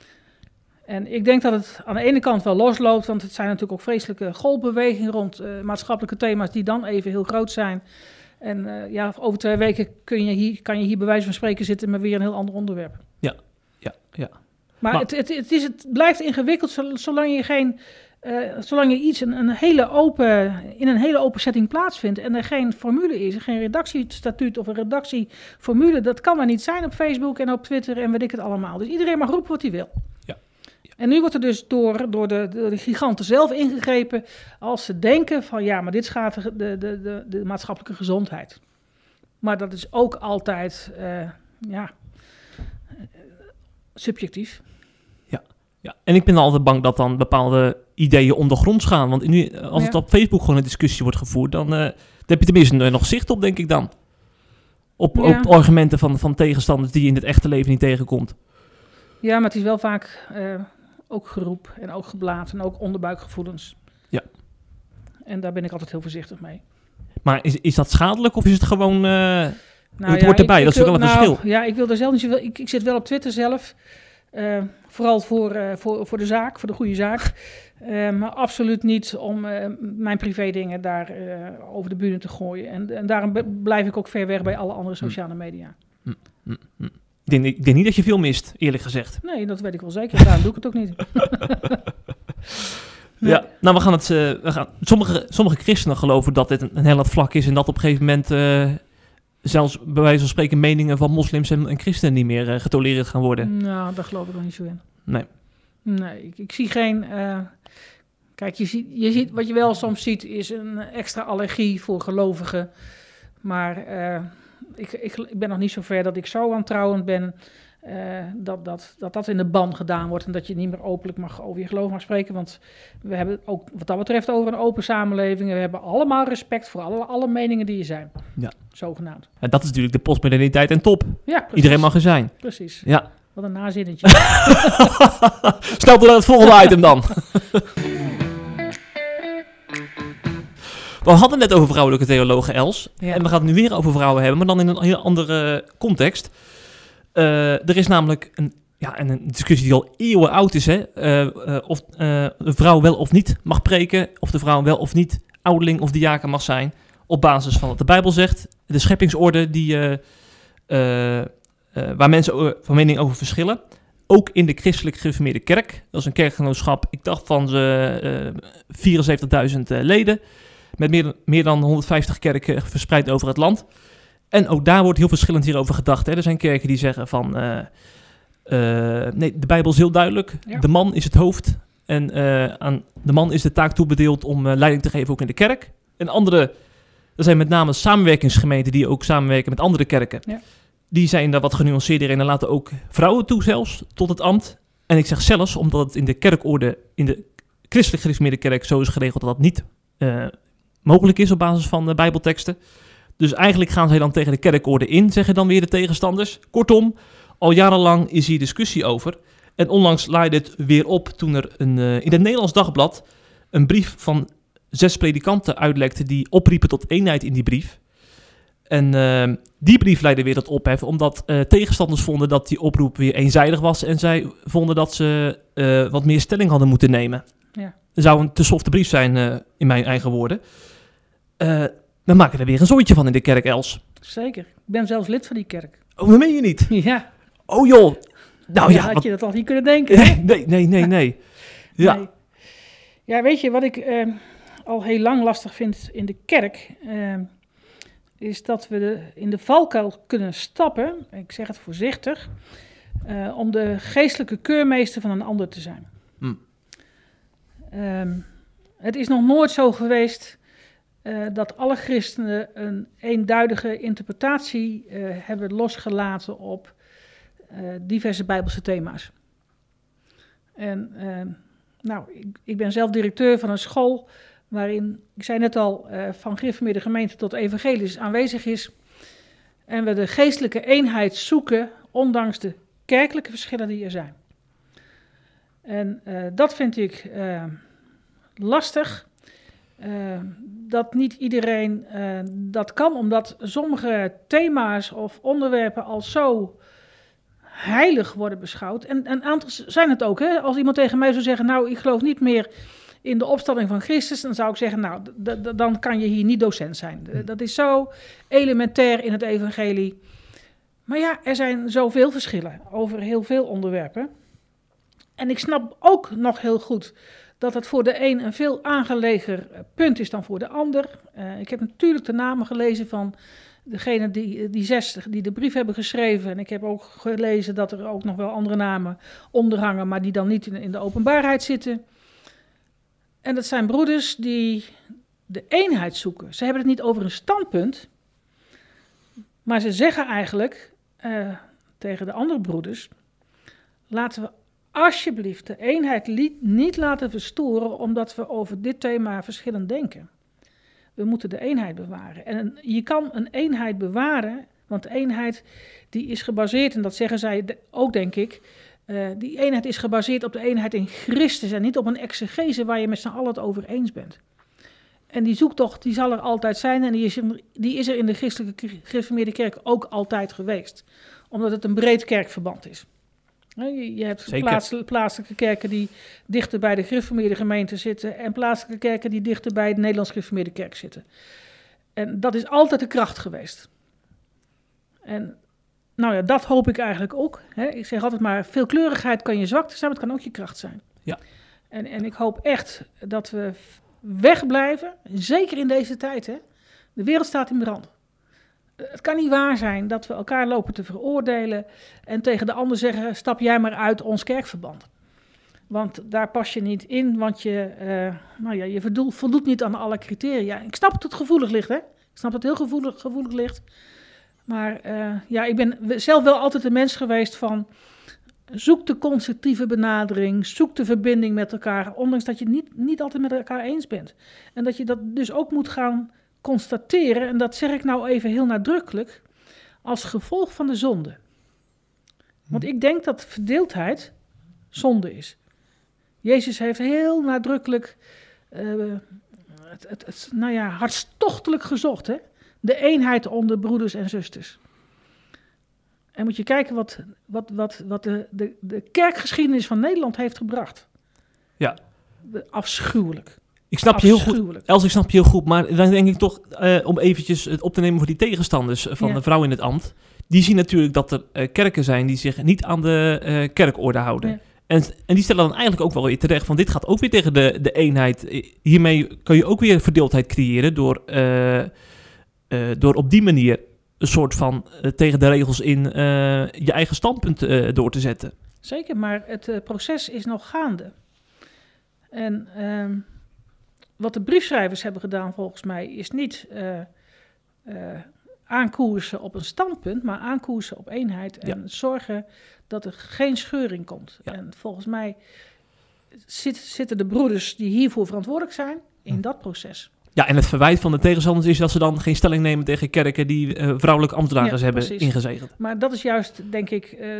En ik denk dat het aan de ene kant wel losloopt, want het zijn natuurlijk ook vreselijke golfbewegingen rond uh, maatschappelijke thema's die dan even heel groot zijn. En uh, ja, over twee weken kun je hier, kan je hier bij wijze van spreken zitten met weer een heel ander onderwerp. Ja, ja, ja. Maar, maar het, het, het, is, het blijft ingewikkeld zolang je geen, uh, zolang je iets een, een hele open, in een hele open setting plaatsvindt en er geen formule is, geen redactiestatuut of een redactieformule, dat kan er niet zijn op Facebook en op Twitter en weet ik het allemaal. Dus iedereen mag roepen wat hij wil. Ja. Ja. En nu wordt er dus door, door, de, door de giganten zelf ingegrepen als ze denken van ja, maar dit schaadt de, de, de, de maatschappelijke gezondheid. Maar dat is ook altijd, uh, ja, subjectief. Ja, ja, en ik ben altijd bang dat dan bepaalde ideeën ondergronds gaan. Want nu, als ja. het op Facebook gewoon een discussie wordt gevoerd, dan, uh, dan heb je tenminste nog zicht op, denk ik dan. Op, ja. op argumenten van, van tegenstanders die je in het echte leven niet tegenkomt. Ja, maar het is wel vaak uh, ook geroep en ook geblaat en ook onderbuikgevoelens. Ja. En daar ben ik altijd heel voorzichtig mee. Maar is, is dat schadelijk of is het gewoon... Uh, nou, het ja, hoort erbij, ik, dat ik is ook wel een nou, verschil. Ja, ik wil er zelf niet zoveel... Ik, ik zit wel op Twitter zelf. Uh, vooral voor, uh, voor, voor de zaak, voor de goede zaak. Uh, maar absoluut niet om uh, mijn privé dingen daar uh, over de bühne te gooien. En, en daarom be- blijf ik ook ver weg bij alle andere sociale media. Mm, mm, mm. Ik, denk, ik denk niet dat je veel mist, eerlijk gezegd. Nee, dat weet ik wel zeker. Daarom doe ik het ook niet. Nee. Ja, nou we gaan het... Uh, we gaan, sommige, sommige christenen geloven dat dit een, een heel wat vlak is en dat op een gegeven moment... Uh, zelfs bij wijze van spreken meningen van moslims en, en christenen niet meer uh, getolereerd gaan worden. Nou, daar geloof ik wel niet zo in. Nee. Nee, ik, ik zie geen... Uh, kijk, je ziet, je ziet, wat je wel soms ziet is een extra allergie voor gelovigen. Maar uh, ik, ik, ik ben nog niet zo ver dat ik zo wantrouwend ben... Uh, dat, dat, dat dat in de ban gedaan wordt en dat je niet meer openlijk mag over je geloof mag spreken. Want we hebben ook wat dat betreft over een open samenleving. We hebben allemaal respect voor alle, alle meningen die er zijn. Ja. Zogenaamd. Ja, dat is natuurlijk de postmoderniteit en top. Ja, precies. Iedereen mag er zijn. Precies. Ja. Wat een nazinnetje. Snel door naar het volgende item dan. We hadden het net over vrouwelijke theologen, Els. Ja. En we gaan het nu weer over vrouwen hebben, maar dan in een heel andere context. Uh, er is namelijk een, ja, een discussie die al eeuwen oud is. Hè? Uh, uh, of uh, een vrouw wel of niet mag preken. Of de vrouw wel of niet ouderling of diaken mag zijn. Op basis van wat de Bijbel zegt. De scheppingsorde die, uh, uh, uh, waar mensen van mening over verschillen. Ook in de christelijk gereformeerde kerk. Dat is een kerkgenootschap, ik dacht van ze uh, vierenzeventigduizend uh, leden. Met meer, meer dan honderdvijftig kerken verspreid over het land. En ook daar wordt heel verschillend hierover gedacht. Hè. Er zijn kerken die zeggen van... Uh, uh, nee, de Bijbel is heel duidelijk. Ja. De man is het hoofd. En uh, aan de man is de taak toebedeeld om uh, leiding te geven ook in de kerk. En andere... Er zijn met name samenwerkingsgemeenten die ook samenwerken met andere kerken. Ja. Die zijn daar wat genuanceerder in en laten ook vrouwen toe zelfs tot het ambt. En ik zeg zelfs, omdat het in de kerkorde, in de christelijk gereformeerde kerk zo is geregeld dat dat niet uh, mogelijk is op basis van de Bijbelteksten. Dus eigenlijk gaan zij dan tegen de kerkorde in, zeggen dan weer de tegenstanders. Kortom, al jarenlang is hier discussie over. En onlangs laaide het weer op toen er een, uh, in het Nederlands Dagblad een brief van zes predikanten uitlekte die opriepen tot eenheid in die brief. En uh, die brief leidde weer tot ophef, omdat uh, tegenstanders vonden dat die oproep weer eenzijdig was. En zij vonden dat ze uh, wat meer stelling hadden moeten nemen. Ja. Het zou een te softe brief zijn, uh, in mijn eigen woorden. Uh, we maken er weer een zooitje van in de kerk, Els. Zeker. Ik ben zelfs lid van die kerk. Oh, dat meen je niet? Ja. Oh joh. Nou ja, ja. Had wat... je dat al niet kunnen denken? Hè? nee, nee, nee, nee. Ja. Nee. Ja, weet je, wat ik uh, al heel lang lastig vind in de kerk... Uh, is dat we de, in de valkuil kunnen stappen, ik zeg het voorzichtig, uh, om de geestelijke keurmeester van een ander te zijn. Hmm. Um, het is nog nooit zo geweest uh, dat alle christenen een eenduidige interpretatie uh, hebben losgelaten op uh, diverse Bijbelse thema's. En uh, nou, ik, ik ben zelf directeur van een school waarin, ik zei net al, uh, van gereformeerde gemeente tot evangelisch aanwezig is. En we de geestelijke eenheid zoeken, ondanks de kerkelijke verschillen die er zijn. En uh, dat vind ik uh, lastig. Uh, dat niet iedereen uh, dat kan, omdat sommige thema's of onderwerpen al zo heilig worden beschouwd. En een aantal zijn het ook. Hè? Als iemand tegen mij zou zeggen, nou, ik geloof niet meer in de opstanding van Christus, dan zou ik zeggen, nou, d- d- dan kan je hier niet docent zijn. D- dat is zo elementair in het evangelie. Maar ja, er zijn zoveel verschillen over heel veel onderwerpen. En ik snap ook nog heel goed dat het voor de een een veel aangeleger punt is dan voor de ander. Uh, ik heb natuurlijk de namen gelezen van degene die, die zes die de brief hebben geschreven. En ik heb ook gelezen dat er ook nog wel andere namen onderhangen, maar die dan niet in, in de openbaarheid zitten. En dat zijn broeders die de eenheid zoeken. Ze hebben het niet over een standpunt, maar ze zeggen eigenlijk uh, tegen de andere broeders, laten we alsjeblieft de eenheid li- niet laten verstoren, omdat we over dit thema verschillend denken. We moeten de eenheid bewaren. En je kan een eenheid bewaren, want eenheid die is gebaseerd, en dat zeggen zij ook denk ik, Uh, die eenheid is gebaseerd op de eenheid in Christus en niet op een exegese waar je met z'n allen het over eens bent. En die zoektocht die zal er altijd zijn en die is, die is er in de christelijke gereformeerde kerk ook altijd geweest. Omdat het een breed kerkverband is. Je, je hebt plaats, plaatselijke kerken die dichter bij de gereformeerde gemeente zitten en plaatselijke kerken die dichter bij de Nederlands gereformeerde kerk zitten. En dat is altijd de kracht geweest. En nou ja, dat hoop ik eigenlijk ook. Hè. Ik zeg altijd maar, veelkleurigheid kan je zwakte zijn, maar het kan ook je kracht zijn. Ja. En, en ik hoop echt dat we wegblijven, zeker in deze tijd. Hè. De wereld staat in brand. Het kan niet waar zijn dat we elkaar lopen te veroordelen en tegen de ander zeggen, stap jij maar uit ons kerkverband. Want daar pas je niet in, want je, uh, nou ja, je voldoet, voldoet niet aan alle criteria. Ik snap dat het gevoelig ligt, hè. Ik snap dat het heel gevoelig, gevoelig ligt. Maar uh, ja, ik ben zelf wel altijd een mens geweest van zoek de constructieve benadering, zoek de verbinding met elkaar, ondanks dat je het niet, niet altijd met elkaar eens bent. En dat je dat dus ook moet gaan constateren, en dat zeg ik nou even heel nadrukkelijk, als gevolg van de zonde. Want ik denk dat verdeeldheid zonde is. Jezus heeft heel nadrukkelijk uh, het, het, het, nou ja, hartstochtelijk gezocht, hè? De eenheid onder broeders en zusters. En moet je kijken wat, wat, wat, wat de, de, de kerkgeschiedenis van Nederland heeft gebracht. Ja. Afschuwelijk. Ik snap je heel goed, Els, ik snap je heel goed, maar dan denk ik toch, uh, om eventjes het op te nemen voor die tegenstanders van ja. de vrouw in het ambt, die zien natuurlijk dat er uh, kerken zijn die zich niet aan de uh, kerkorde houden. Ja. En, en die stellen dan eigenlijk ook wel weer terecht van, dit gaat ook weer tegen de, de eenheid. Hiermee kan je ook weer verdeeldheid creëren door, uh, uh, door op die manier een soort van uh, tegen de regels in uh, je eigen standpunt uh, door te zetten. Zeker, maar het uh, proces is nog gaande. En uh, wat de briefschrijvers hebben gedaan volgens mij is niet uh, uh, aankoersen op een standpunt, maar aankoersen op eenheid en ja. zorgen dat er geen scheuring komt. Ja. En volgens mij zit, zitten de broeders die hiervoor verantwoordelijk zijn in hm. dat proces. Ja, en het verwijt van de tegenstanders is dat ze dan geen stelling nemen tegen kerken die uh, vrouwelijke ambtsdragers ja, hebben precies. ingezegend. Maar dat is juist, denk ik, uh,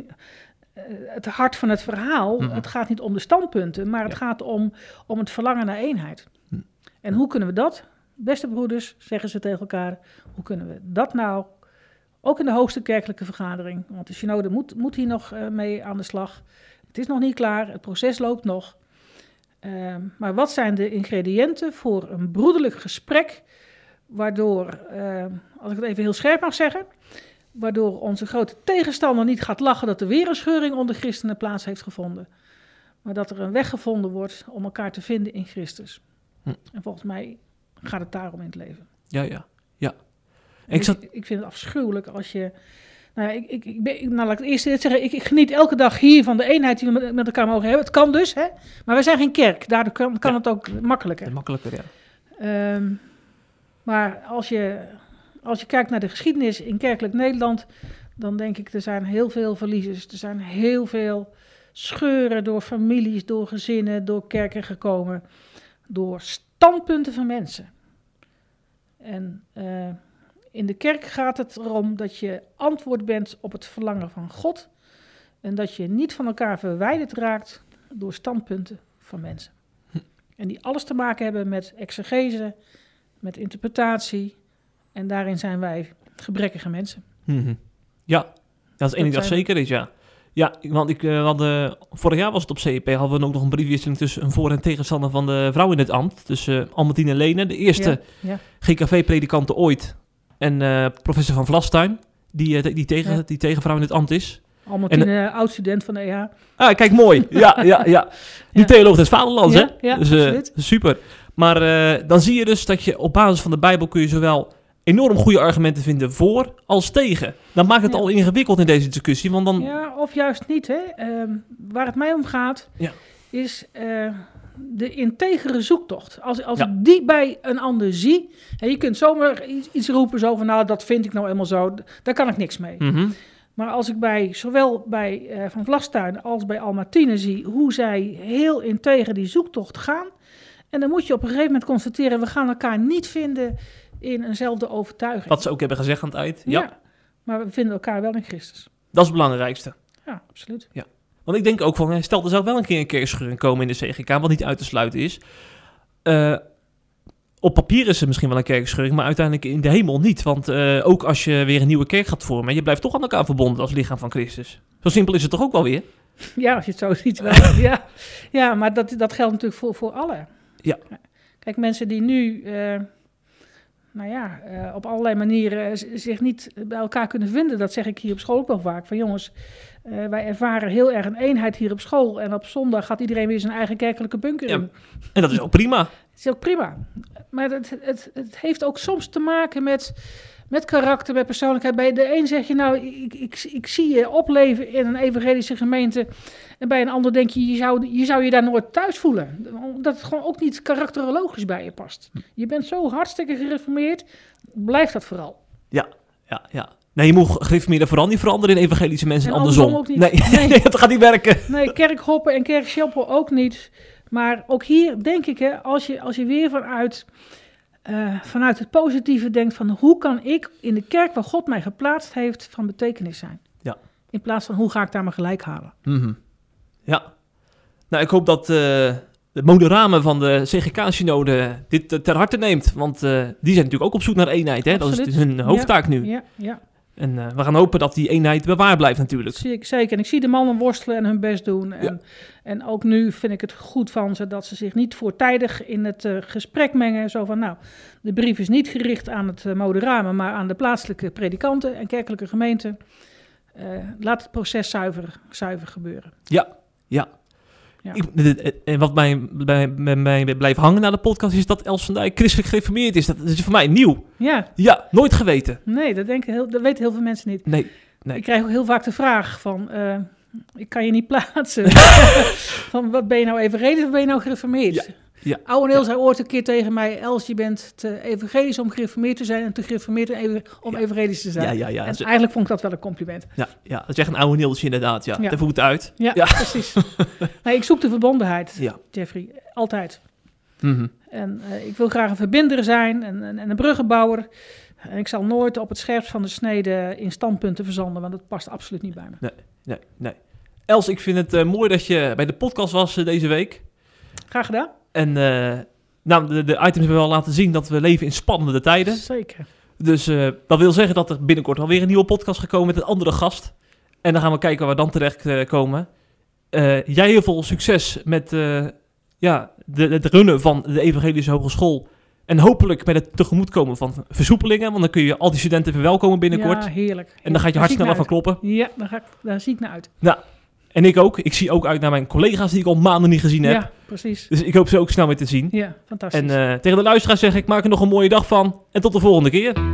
het hart van het verhaal. Mm-hmm. Het gaat niet om de standpunten, maar het ja. gaat om, om het verlangen naar eenheid. Hm. En hoe kunnen we dat, beste broeders, zeggen ze tegen elkaar, hoe kunnen we dat nou, ook in de hoogste kerkelijke vergadering, want de synode moet, moet hier nog uh, mee aan de slag. Het is nog niet klaar, het proces loopt nog. Uh, maar wat zijn de ingrediënten voor een broederlijk gesprek, waardoor, uh, als ik het even heel scherp mag zeggen, waardoor onze grote tegenstander niet gaat lachen dat er weer een scheuring onder christenen plaats heeft gevonden, maar dat er een weg gevonden wordt om elkaar te vinden in Christus. Hm. En volgens mij gaat het daarom in het leven. Ja, ja, ja. Ik, zat... ik, ik vind het afschuwelijk als je... Nou, ja, ik, ik, ik ben, nou, laat ik het eerst zeggen, ik, ik geniet elke dag hier van de eenheid die we met, met elkaar mogen hebben. Het kan dus, hè? Maar wij zijn geen kerk, daardoor kan, kan ja. het ook makkelijker. Makkelijker, ja. Um, maar als je, als je kijkt naar de geschiedenis in kerkelijk Nederland, dan denk ik, er zijn heel veel verliezers. Er zijn heel veel scheuren door families, door gezinnen, door kerken gekomen, door standpunten van mensen. En... Uh, In de kerk gaat het erom dat je antwoord bent op het verlangen van God en dat je niet van elkaar verwijderd raakt door standpunten van mensen. Hm. En die alles te maken hebben met exegese, met interpretatie en daarin zijn wij gebrekkige mensen. Mm-hmm. Ja, dat is één ding dat zeker is, ja. Ja, want ik uh, had, uh, vorig jaar was het op C E P, hadden we ook nog een briefwisseling tussen een voor- en tegenstander van de vrouw in het ambt, tussen uh, Albertine Lene, de eerste ja, ja. G K V-predikante ooit. En uh, professor van Vlastuin, die, uh, die, tegen, ja. die tegenvrouw in het ambt is. Albertine, uh, oud-student van de E H. Ah, kijk, mooi. Ja, ja, ja. Nu ja. theoloog des vaderlands, ja, hè? Ja, dus, uh, super. Maar uh, dan zie je dus dat je op basis van de Bijbel kun je zowel enorm goede argumenten vinden voor als tegen. Dan maakt het ja. al ingewikkeld in deze discussie, want dan... Ja, of juist niet, hè. Um, waar het mij om gaat, ja. is... Uh, de integere zoektocht. Als, als ja. ik die bij een ander zie... En je kunt zomaar iets, iets roepen zo van... nou, dat vind ik nou helemaal zo. Daar kan ik niks mee. Mm-hmm. Maar als ik bij zowel bij uh, Van Vlastuin als bij Albertine zie... hoe zij heel integer die zoektocht gaan... en dan moet je op een gegeven moment constateren... we gaan elkaar niet vinden in eenzelfde overtuiging. Wat ze ook hebben gezegd aan het eind. Ja, ja, maar we vinden elkaar wel in Christus. Dat is het belangrijkste. Ja, absoluut. Ja. Want ik denk ook van, stel er zou wel een keer een kerkscheuring komen in de C G K, wat niet uit te sluiten is. Uh, op papier is er misschien wel een kerkscheuring, maar uiteindelijk in de hemel niet. Want uh, ook als je weer een nieuwe kerk gaat vormen, je blijft toch aan elkaar verbonden als lichaam van Christus. Zo simpel is het toch ook wel weer? Ja, als je het zo ziet wel. ja. ja, maar dat, dat geldt natuurlijk voor, voor allen. Ja. Kijk, mensen die nu, uh, nou ja, uh, op allerlei manieren z- zich niet bij elkaar kunnen vinden. Dat zeg ik hier op school ook wel vaak. Van jongens, uh, wij ervaren heel erg een eenheid hier op school. En op zondag gaat iedereen weer zijn eigen kerkelijke bunker Ja. in. En dat is ook prima. Dat is ook prima. Maar het, het, het heeft ook soms te maken met, met karakter, met persoonlijkheid. Bij de een zeg je nou, ik, ik, ik zie je opleven in een evangelische gemeente. En bij een ander denk je, je zou, je zou je daar nooit thuis voelen. Omdat het gewoon ook niet karakterologisch bij je past. Je bent zo hartstikke gereformeerd, blijf dat vooral. Ja, ja, ja. Nee, je moet gereformeerden vooral niet veranderen in evangelische mensen en, En andersom. andersom ook niet. Nee, Nee. dat gaat niet werken. Nee, kerkhoppen en kerkshoppen ook niet. Maar ook hier denk ik, hè, als je, als je weer vanuit, uh, vanuit het positieve denkt van hoe kan ik in de kerk waar God mij geplaatst heeft van betekenis zijn. Ja. In plaats van hoe ga ik daar mijn gelijk halen. Mm-hmm. Ja. Nou, ik hoop dat uh, de moderamen van de C G K-synode dit uh, ter harte neemt. Want uh, die zijn natuurlijk ook op zoek naar eenheid. Hè? Dat is hun hoofdtaak ja, nu. Ja, ja. En uh, we gaan hopen dat die eenheid bewaard blijft natuurlijk. Zie ik zeker. En ik zie de mannen worstelen en hun best doen. En, ja. en ook nu vind ik het goed van ze dat ze zich niet voortijdig in het uh, gesprek mengen. Zo van, nou, de brief is niet gericht aan het uh, moderamen, maar aan de plaatselijke predikanten en kerkelijke gemeenten. Uh, laat het proces zuiver, zuiver gebeuren. Ja, ja. Ja. Ik, en wat mij, bij, bij mij blijft hangen na de podcast is dat Els van Dijk christelijk gereformeerd is. Dat is voor mij nieuw. Ja. Ja, nooit geweten. Nee, dat, denken heel, dat weten heel veel mensen niet. Nee, nee. Ik krijg ook heel vaak de vraag van, uh, ik kan je niet plaatsen. Van, wat ben je nou evangelisch of ben je nou gereformeerd? Ja. Ja. Oude Neel ja. zei ooit een keer tegen mij, Els, je bent te evangelisch om gereformeerd te zijn en te gereformeerd om ja. evangelisch te zijn. Ja, ja, ja. En eigenlijk vond ik dat wel een compliment. Ja, ja. Dat is echt een oude Niels inderdaad. Ja. Ja. Daar voelt het uit. Ja, ja. precies. Nee, ik zoek de verbondenheid, ja. Jeffrey. Altijd. Mm-hmm. En uh, ik wil graag een verbinder zijn en, en, en een bruggenbouwer. En ik zal nooit op het scherpst van de snede in standpunten verzanden, want dat past absoluut niet bij me. Nee, nee, nee. Els, ik vind het uh, mooi dat je bij de podcast was uh, deze week. Graag gedaan. En uh, nou, de, de items hebben wel laten zien dat we leven in spannende tijden. Zeker. Dus uh, dat wil zeggen dat er binnenkort alweer een nieuwe podcast gaat komen met een andere gast. En dan gaan we kijken waar we dan terecht uh, komen. Uh, jij heel veel succes met uh, ja, de, het runnen van de Evangelische Hogeschool. En hopelijk met het tegemoetkomen van versoepelingen. Want dan kun je al die studenten verwelkomen binnenkort. Ja, heerlijk. En dan gaat je hart sneller van kloppen. Ja, daar, ga ik, daar zie ik naar uit. Nou, en ik ook. Ik zie ook uit naar mijn collega's die ik al maanden niet gezien heb. Ja, precies. Dus ik hoop ze ook snel weer te zien. Ja, fantastisch. En uh, tegen de luisteraars zeg ik, maak er nog een mooie dag van. En tot de volgende keer.